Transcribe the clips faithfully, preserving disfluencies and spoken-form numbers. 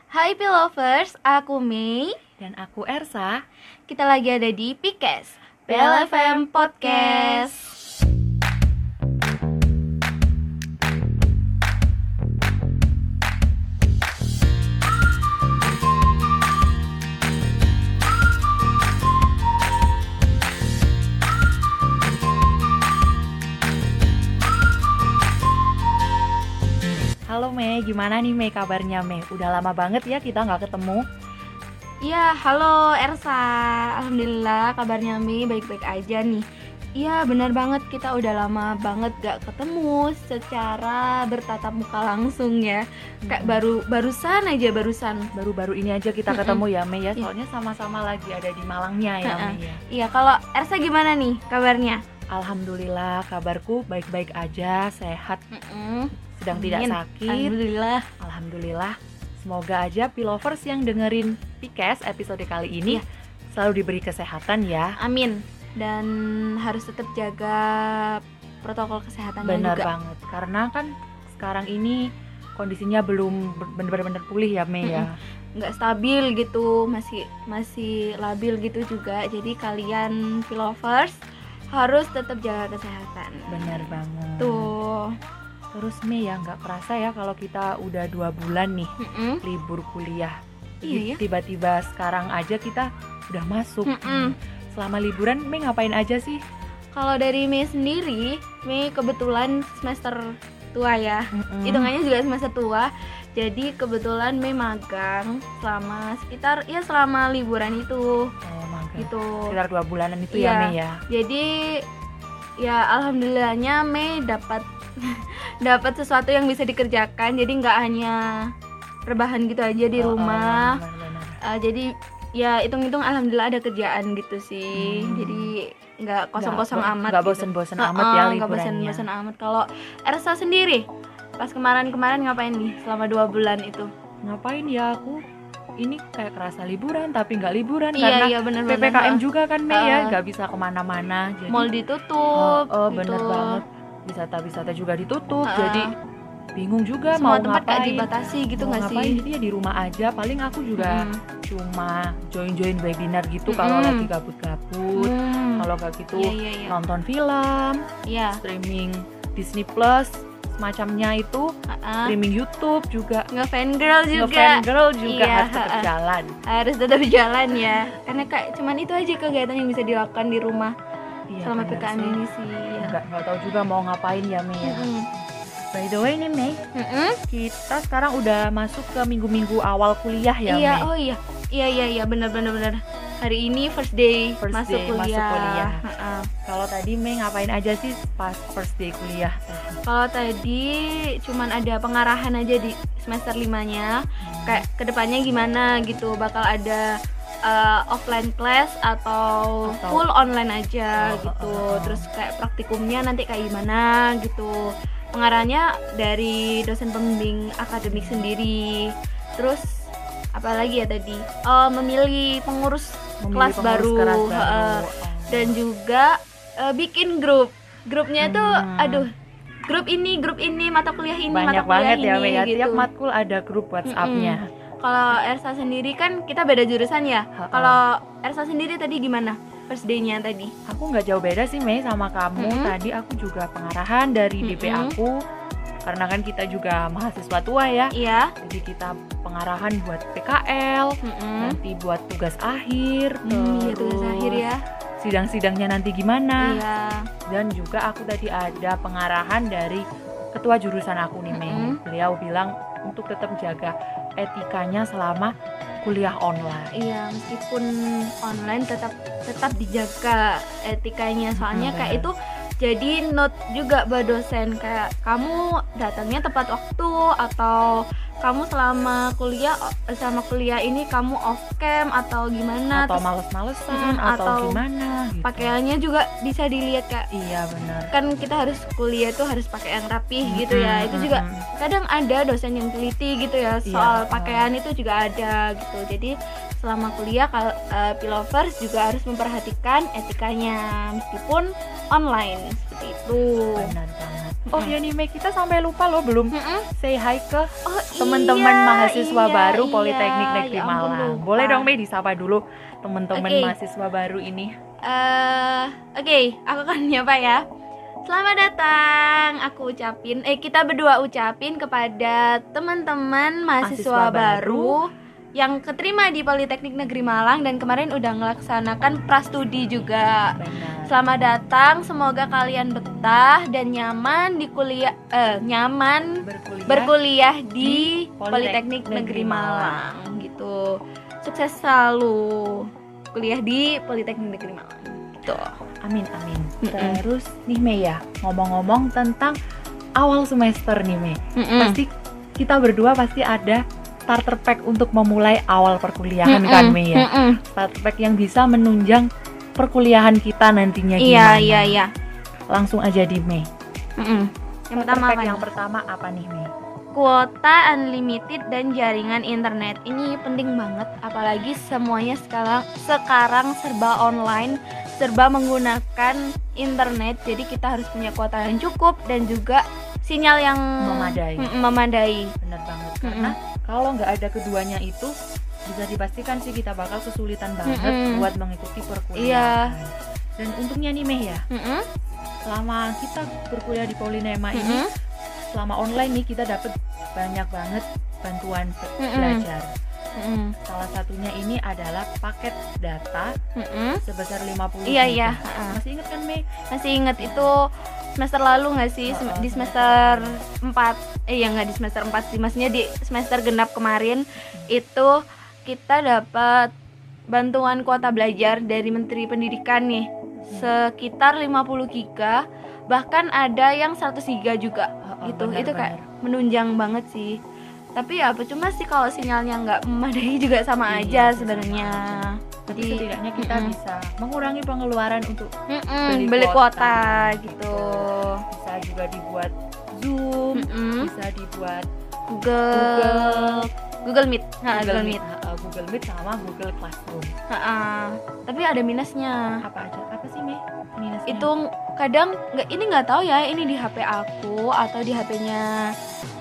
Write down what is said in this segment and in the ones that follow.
Hai Pilovers, aku Mei dan aku Ersa. Kita lagi ada di Pikes P L F M Podcast. Halo Mei, gimana nih Mei kabarnya Mei? Udah lama banget ya kita nggak ketemu. Iya, halo Ersa. Alhamdulillah kabarnya Mei baik-baik aja nih. Iya, benar banget, kita udah lama banget gak ketemu secara bertatap muka langsung ya. Kayak Hmm. baru barusan aja barusan. Baru-baru ini aja kita Mm-mm. ketemu ya Mei ya, Iya. soalnya sama-sama lagi ada di Malangnya ya Ha-ha. Mei ya. Iya, kalau Ersa gimana nih kabarnya? Alhamdulillah kabarku baik-baik aja, sehat, Mm-mm. sedang tidak Amin. sakit. Alhamdulillah. Alhamdulillah. Semoga aja Pilovers yang dengerin Pikes episode kali ini Iya. selalu diberi kesehatan ya. Amin. Dan harus tetap jaga protokol kesehatannya Benar juga. banget, karena kan sekarang ini kondisinya belum benar-benar pulih ya Mei ya. Nggak stabil gitu, masih masih labil gitu juga. Jadi kalian Pilovers harus tetap jaga kesehatan. Benar banget. Tuh. Terus Mei ya, nggak kerasa ya kalau kita udah dua bulan nih Mm-mm. libur kuliah. Iya ya. Tiba-tiba sekarang aja kita udah masuk. Mm-mm. Selama liburan Mei ngapain aja sih? Kalau dari Mei sendiri, Mei kebetulan semester tua ya. Mm-mm. Hitungannya juga semester tua. Jadi kebetulan Mei magang selama sekitar ya selama liburan itu Oh, magang. gitu. Sekitar dua bulanan itu Iya. ya Mei ya. Jadi ya alhamdulillahnya Mei dapat dapat sesuatu yang bisa dikerjakan. Jadi nggak hanya rebahan gitu aja di Oh, oh, rumah. benar-benar. Uh, jadi ya hitung-hitung alhamdulillah ada kerjaan gitu sih. Hmm. Jadi nggak kosong-kosong Nggak- amat. nggak gitu. bosen-bosen Uh-uh, amat ya nggak liburannya. bosen-bosen amat. Kalau Ersa sendiri pas kemarin-kemarin ngapain nih selama dua bulan itu? Ngapain ya aku? Ini kayak kerasa liburan tapi nggak liburan Iya karena iya P bener-bener. P K M juga kan Mei ya, Uh, nggak bisa kemana-mana. Jadi Mall ditutup. Oh, oh, gitu. bener banget. Wisata-wisata juga ditutup, Uh-uh. jadi bingung juga Semua mau tempat kayak ngapain. dibatasi gitu mau nggak ngapain, sih? jadi ya di rumah aja. Paling aku juga Mm. cuma join-join webinar gitu kalau Mm-mm. lagi gabut-gabut. Hmm. Kalau nggak gitu Iya iya iya. nonton film, Iya. streaming Disney Plus, semacamnya itu, Uh-uh. streaming YouTube juga. Nge-fangirl juga Nge-fangirl juga Iya, harus tetap ha-ha. jalan. harus tetap jalan ya. Karena kayak cuman itu aja kegiatan yang bisa dilakukan di rumah Iya, selama bener P K M sih. ini sih. Ya. Nggak nggak tahu juga mau ngapain ya Mei ya. Mm-mm. By the way nih Mei, Mm-mm. kita sekarang udah masuk ke minggu-minggu awal kuliah ya Iya, Mei. oh iya. Iya iya iya benar benar benar. Hari ini first day First masuk day kuliah. masuk kuliah. Ha-ha. Kalau tadi Mei ngapain aja sih pas first day kuliah? Kalau tadi cuman ada pengarahan aja di semester limanya. Kayak kedepannya gimana gitu, bakal ada uh, offline class atau, Atau- full online aja Oh, gitu. oh, oh. Terus kayak praktikumnya nanti kayak gimana gitu. Pengarahnya dari dosen pembimbing akademik sendiri. Terus apa lagi ya tadi? Oh, memilih pengurus Memilih kelas pengurus baru, kelas heeh. baru. Oh. dan juga uh, bikin grup. Grupnya tuh Hmm. aduh, grup ini, grup ini, mata kuliah ini, banyak mata kuliah banget ya ini Mei ya. gitu. Tiap matkul ada grup WhatsApp-nya. Kalau Ersa sendiri kan kita beda jurusan ya. Ha-ha. Kalau Ersa sendiri tadi gimana? First day-nya tadi. Aku nggak jauh beda sih Mei sama kamu. Mm-mm. Tadi aku juga pengarahan dari D P Mm-mm. aku. Karena kan kita juga mahasiswa tua ya. Iya. Jadi kita pengarahan buat P K L, Mm-mm. nanti buat tugas akhir, Hmm, iya tugas terus akhir ya. sidang-sidangnya nanti gimana. Iya. Dan juga aku tadi ada pengarahan dari ketua jurusan aku nih Mei. Mm-mm. Beliau bilang untuk tetap jaga etikanya selama kuliah online. Iya, meskipun online tetap tetap dijaga etikanya. Soalnya Mm, kayak benar. itu jadi note juga buat dosen, kayak kamu datangnya tepat waktu atau kamu selama kuliah selama kuliah ini kamu off cam atau gimana, Atau terus males-malesan Mm, atau, atau gimana gitu. pakaiannya juga bisa dilihat Kak. Iya benar. Kan kita harus kuliah tuh harus pakai yang rapih gitu ya. Mm, Itu mm, juga mm. kadang ada dosen yang teliti gitu ya soal Iya, pakaian itu juga ada gitu. Jadi selama kuliah kalau uh, Pilovers juga harus memperhatikan etikanya meskipun online seperti itu. Benar banget. Oh ya nih Mei, kita sampai lupa loh belum Mm-mm. say hi ke Oh teman-teman iya, mahasiswa iya, baru iya. Politeknik Negeri Ya ampun, Malang. lupa. Boleh dong Mei disapa dulu teman-teman Oke. mahasiswa baru ini. Eh, oke, aku akan nyapa ya. Selamat datang, aku ucapin, eh kita berdua ucapin kepada teman-teman mahasiswa, Mahasiswa baru yang keterima di Politeknik Negeri Malang dan kemarin udah ngelaksanakan prastudi juga. Benar. Selamat datang, semoga kalian betah dan nyaman di kuliah, eh, nyaman Berkuliah, berkuliah di di Politeknik Politeknik Negeri Negeri Malang gitu. Sukses selalu kuliah di Politeknik Negeri Malang. Gitu. Amin amin. Mm-mm. Terus nih Mei ya, ngomong-ngomong tentang awal semester nih Mei. Mm-mm. Pasti kita berdua pasti ada starter pack untuk memulai awal perkuliahan Mm-mm. kan Mei ya. Mm-mm. Starter pack yang bisa menunjang perkuliahan kita nantinya Iya, gimana. iya, iya. Langsung aja di Mei. Mm-mm. Yang Starter pertama pack apa yang nih? pertama apa nih Mei? Kuota unlimited dan jaringan internet. Ini penting banget, apalagi semuanya sekarang sekarang serba online, serba menggunakan internet. Jadi kita harus punya kuota yang cukup dan juga sinyal yang Memadai. Mm-mm, memadai. Bener banget, karena kalau nggak ada keduanya itu bisa dipastikan sih kita bakal kesulitan banget Mm-mm. buat mengikuti perkuliahan. Iya. Dan untungnya nih Mei ya, Mm-mm. selama kita berkuliah di Polinema ini, Mm-mm. selama online nih kita dapat banyak banget bantuan be- Mm-mm. belajar. Mm-mm. Salah satunya ini adalah paket data Mm-mm. sebesar lima puluh Iya, giga. iya. Heeh. Masih ingat kan Mei? Masih inget itu semester lalu nggak sih? Sem- Oh, di oh, semester empat. Eh ya nggak di semester empat sih, maksudnya di semester genap kemarin itu kita dapat bantuan kuota belajar dari Menteri Pendidikan nih sekitar lima puluh giga, bahkan ada yang seratus giga juga Oh, oh, gitu. benar, Itu kayak benar. menunjang banget sih. Tapi ya percuma sih kalau sinyalnya nggak memadai juga sama Iya, aja sih, sebenarnya. Tapi Jadi setidaknya kita mm-mm. bisa mengurangi pengeluaran untuk Mm-mm, beli beli kuota, kuota, gitu. bisa juga dibuat Zoom, Mm-mm. bisa dibuat Google Google, Google Meet. Nah, Google Meet. uh, Google Meet sama Google Classroom. Ha-ha. Tapi ada minusnya. Apa aja? Apa sih Mei? Minusnya? Itu kadang nggak, ini nggak tahu ya, ini di H P aku atau di H P-nya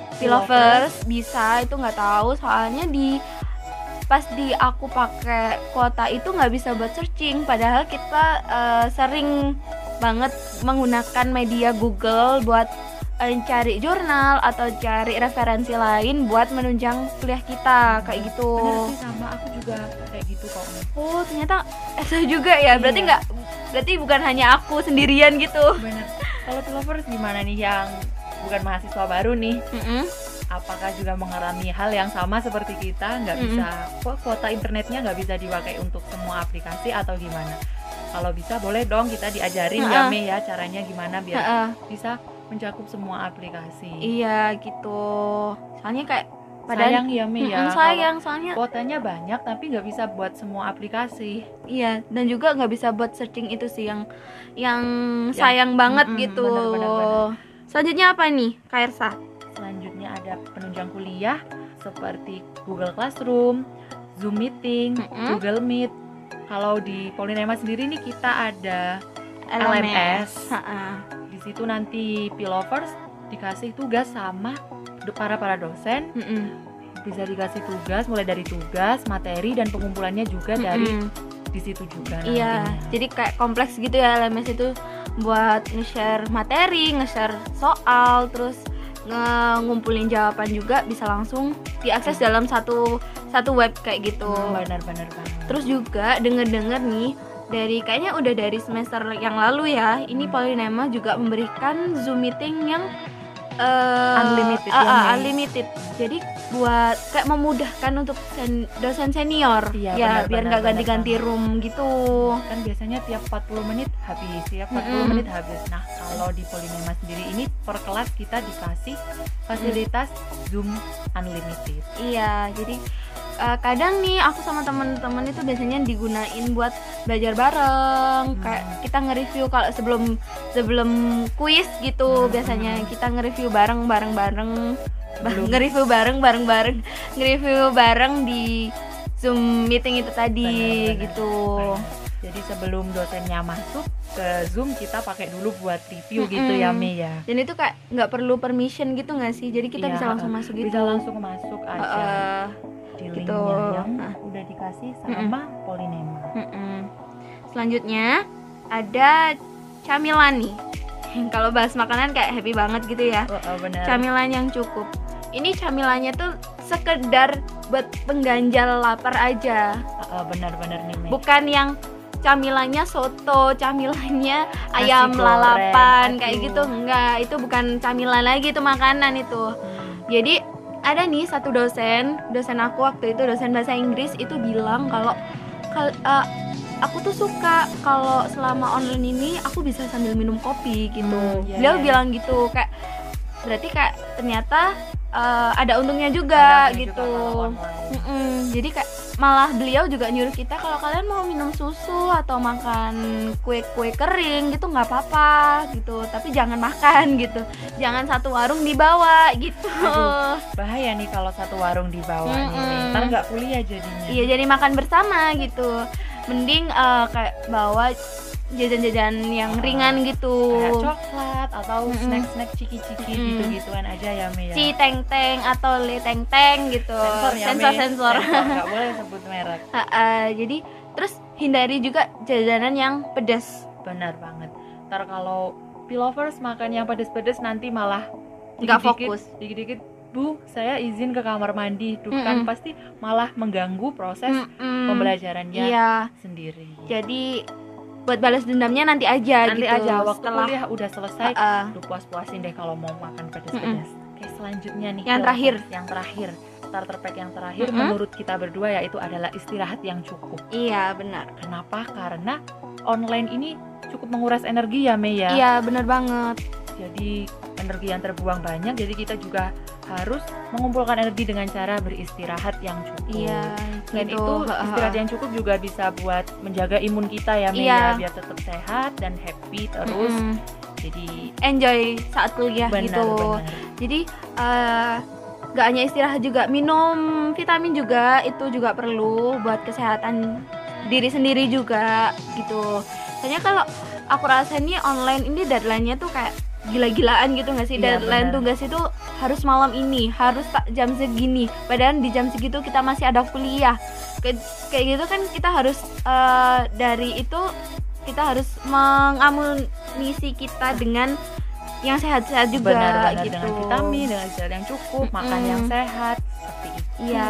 Pilovers bisa, itu nggak tahu. Soalnya di pas di aku pakai kuota itu nggak bisa buat searching, padahal kita eh, sering banget menggunakan media Google buat eh, cari jurnal atau cari referensi lain buat menunjang kuliah kita kayak gitu. Bener sih, sama aku juga kayak gitu kok Mei. Oh ternyata Esa juga ya, berarti Iya. nggak, berarti bukan hanya aku sendirian gitu. Bener. Kalau Pilovers gimana nih yang bukan mahasiswa baru nih? Mm-mm. Apakah juga mengalami hal yang sama seperti kita, nggak Mm-mm. bisa kok kuota internetnya nggak bisa dipakai untuk semua aplikasi atau gimana? Kalau bisa boleh dong kita diajarin ya Ha-ha. Mei ya, caranya gimana biar Ha-ha. bisa mencakup semua aplikasi. Iya gitu. Soalnya kayak padahal Sayang ya Mei ya, Mm-mm, sayang soalnya kalau kuotanya banyak tapi nggak bisa buat semua aplikasi. iya, dan juga nggak bisa buat searching itu sih yang yang Ya, sayang banget mm-mm, gitu. benar, benar, benar. Selanjutnya apa nih, Kak Ersa? Selanjutnya ada penunjang kuliah seperti Google Classroom, Zoom Meeting, Mm-mm. Google Meet. Kalau di Polinema sendiri nih kita ada L M S. Ha-ha. Di situ nanti Pilovers dikasih tugas sama do- para para dosen, Mm-mm. bisa dikasih tugas mulai dari tugas, materi dan pengumpulannya juga dari Mm-mm. di situ juga Iya, nantinya. jadi kayak kompleks gitu ya L M S itu, buat nge-share materi, nge-share soal, terus nge- ngumpulin jawaban juga bisa langsung diakses dalam satu satu web kayak gitu. Hmm, benar-benar banget. Terus juga denger-denger nih dari kayaknya udah dari semester yang lalu ya, ini Polinema juga memberikan Zoom meeting yang eh, Unlimited ah, ya, ah, Mei? unlimited. Jadi buat kayak memudahkan untuk sen- dosen senior Iya, ya, benar, biar benar, nggak benar ganti-ganti banget. room gitu. Kan biasanya tiap empat puluh menit habis, tiap empat puluh Mm-mm. menit habis. Nah, kalau di Polinema sendiri ini per kelas kita dikasih fasilitas Zoom unlimited. Iya, jadi eh, kadang nih aku sama temen-temen itu biasanya digunain buat belajar bareng, Hmm. kayak kita nge-review kalau sebelum sebelum kuis gitu, Hmm. biasanya kita nge-review bareng bareng bareng, Belum. nge-review bareng bareng bareng, nge-review bareng di Zoom meeting itu tadi Benar, benar, gitu. benar. Jadi sebelum dosennya masuk ke Zoom, kita pakai dulu buat review Mm-mm. gitu ya Mei ya. Dan itu kayak nggak perlu permission gitu nggak sih? Jadi kita Iya, bisa langsung masuk gitu. Bisa langsung masuk aja Uh, di gitu. linknya yang Nah. udah dikasih sama Polynema. mm-mm. Selanjutnya ada camilan nih. Kalau bahas makanan kayak happy banget gitu ya. Oh, oh, benar. Camilan yang cukup. Ini camilannya tuh sekedar buat pengganjal lapar aja. Oh, benar-benar nih Mei. Bukan yang camilannya soto, camilannya ayam goreng, lalapan aduh. kayak gitu. Enggak, itu bukan camilan lagi, itu makanan itu. Hmm. Jadi ada nih satu dosen, dosen aku waktu itu dosen bahasa Inggris itu bilang kalau kal uh, aku tuh suka kalau selama online ini aku bisa sambil minum kopi gitu. Hmm, iya, Beliau iya. bilang gitu, kayak berarti kayak ternyata uh, ada untungnya juga Ada gitu. juga kalau online. Mm-mm. Jadi kayak malah beliau juga nyuruh kita kalau kalian mau minum susu atau makan kue-kue kering gitu nggak apa-apa gitu, tapi jangan makan gitu, jangan satu warung dibawa gitu. Aduh. Bahaya nih kalau satu warung dibawa nih Mei. Mm-mm. Ntar nggak kuliah jadinya. Iya, jadi makan bersama gitu. Mending uh, kayak bawa jajan-jajan yang Ah, ringan gitu. Kayak coklat atau Mm-mm. snack-snack ciki-ciki Mm-mm. gitu-gituan aja ya Mei ya. Si teng-teng atau le teng-teng gitu. Sensor ya, Mei. Sensor-sensor. Sensor, nggak boleh sebut merek. Uh, uh, jadi terus hindari juga jajanan yang pedas. Benar banget. Ntar kalau pilovers makan yang pedes-pedes nanti malah Nggak dikit-dikit- fokus. Dikit-dikit, Bu, saya izin ke kamar mandi. Duh, kan Mm-mm. pasti malah mengganggu proses Mm-mm. pembelajarannya Iya. sendiri. Jadi buat balas dendamnya nanti aja Nanti gitu. aja waktu setelah kuliah udah selesai, uh, lu puas-puasin deh kalau mau makan pedes-pedes. Oke, selanjutnya nih. Yang pilovers. terakhir. Yang terakhir. Starter pack yang terakhir Mm-mm. menurut kita berdua yaitu adalah istirahat yang cukup. iya benar. Kenapa? Karena online ini cukup menguras energi ya Mei ya. Iya benar banget. Jadi energi yang terbuang banyak, jadi kita juga harus mengumpulkan energi dengan cara beristirahat yang cukup. Iya. Selain gitu. itu Ha-ha. istirahat yang cukup juga bisa buat menjaga imun kita ya Mei Iya. ya, biar tetap sehat dan happy terus. Mm-mm. Jadi Enjoy saat kuliah benar gitu. benar. Jadi eh, gak hanya istirahat juga, minum vitamin juga itu juga perlu buat kesehatan diri sendiri juga gitu. Soalnya kalau aku rasa nih online ini deadline-nya tuh kayak gila-gilaan gitu nggak sih? Iya, Deadline benar. tugas itu harus malam ini, harus tak jam segini. Padahal di jam segitu kita masih ada kuliah. Kayak, kayak gitu kan kita harus eh, dari itu kita harus mengamunisi kita dengan yang sehat-sehat juga Benar-benar gitu. dengan vitamin, dengan istirahat yang cukup, makan Mm-mm. yang sehat seperti itu. Iya,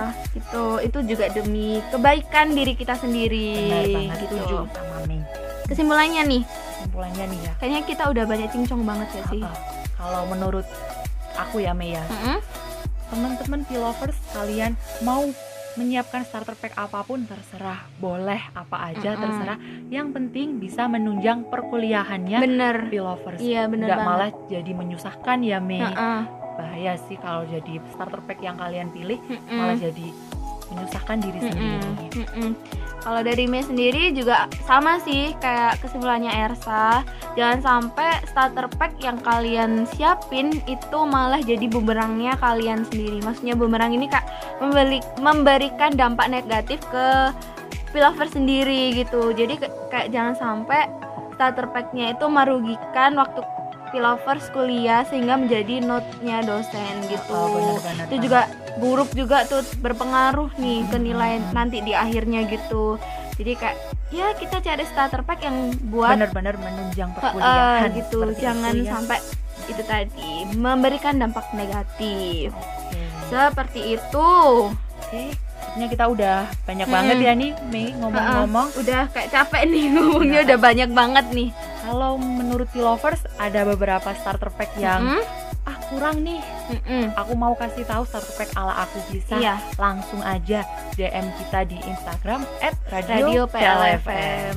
itu itu juga demi kebaikan diri kita sendiri. Benar banget, gitu. setuju sama Mei. Kesimpulannya nih, Kesimpulannya nih ya. kayaknya kita udah banyak cincong banget ya sih. uh-uh. Kalau menurut aku ya Mei ya, Mm-mm. teman-teman pilovers kalian mau menyiapkan starter pack apapun terserah, boleh apa aja Mm-mm. terserah. Yang penting bisa menunjang perkuliahannya Bener. pilovers. Iya bener Nggak banget. malah jadi menyusahkan ya Mei. Heeh. Bahaya sih kalau jadi starter pack yang kalian pilih Mm-mm. malah jadi menyusahkan diri Mm-mm. sendiri. Mm-mm. Kalau dari Mei sendiri juga sama sih kayak kesimpulannya Ersa. Jangan sampai starter pack yang kalian siapin itu malah jadi bumerangnya kalian sendiri. Maksudnya bumerang ini kak membeli, memberikan dampak negatif ke pilover sendiri gitu. Jadi ke- kayak jangan sampai starter packnya itu merugikan waktu pilovers kuliah sehingga menjadi note-nya dosen gitu. Oh, benar-benar Itu banget. juga buruk juga tuh, berpengaruh nih ke nilai nanti di akhirnya gitu. Jadi kayak ya kita cari starter pack yang buat benar-benar menunjang eh, perkuliahan gitu. seperti Jangan itu ya. sampai itu tadi memberikan dampak negatif. Oke. Seperti itu. Oke, sepertinya kita udah banyak Mm-mm. banget ya nih Mei ngomong-ngomong. Udah kayak capek nih ngomongnya, Udah. udah banyak banget nih. Kalau menurut pilovers ada beberapa starter pack yang Mm-mm. ah kurang nih. Mm-mm. Aku mau kasih tahu starter pack ala aku bisa. Iya. Langsung aja D M kita di Instagram et Radio radio P L F M.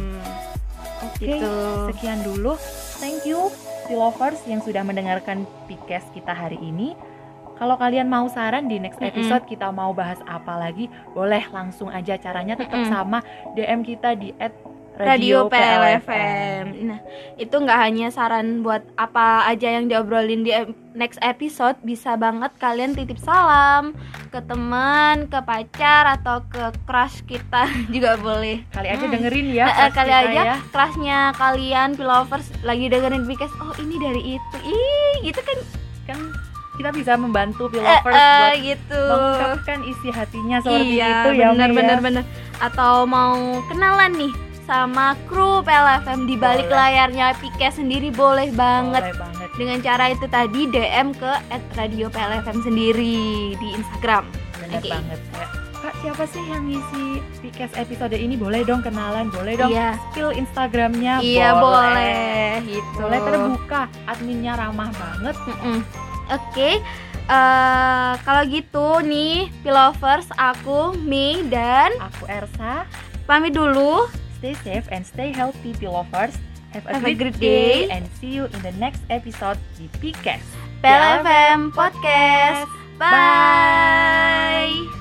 Oke, Gitu. sekian dulu. Thank you pilovers yang sudah mendengarkan podcast kita hari ini. Kalau kalian mau saran di next Mm-mm. episode kita mau bahas apa lagi, boleh langsung aja. Caranya tetap Mm-mm. sama, D M kita di et Radio P L F M. Nah, itu nggak hanya saran buat apa aja yang diobrolin di next episode, bisa banget kalian titip salam ke teman, ke pacar, atau ke crush kita juga boleh. Kali aja Hmm. dengerin ya. Eh, eh, crush kali kita aja ya. crushnya kalian Pilovers lagi dengerin podcast, oh ini dari itu, ih gitu kan. Kan kita bisa membantu Eh, Pilovers eh, buat gitu. mengungkapkan isi hatinya seperti Iya, itu ya. bener Mi, bener ya. bener. Atau mau kenalan nih sama kru P L F M di balik Boleh. layarnya Pikes sendiri, boleh banget. Boleh banget. Dengan cara itu tadi D M ke at radio P L F M sendiri di Instagram. Bener Oke. banget. Kayak, Kak, siapa sih yang ngisi Pikes episode ini? Boleh dong kenalan, boleh dong Iya. spill Instagramnya. Iya boleh gitu. Boleh terbuka, adminnya ramah banget. Mm-mm. Oke, eh, kalau gitu nih Pilovers, aku Mi dan Aku Ersa. pamit dulu. Stay safe and stay healthy, Pilovers. Have a, Have a great, great day, day. and see you in the next episode di Pikes. P L F M Podcast. Bye.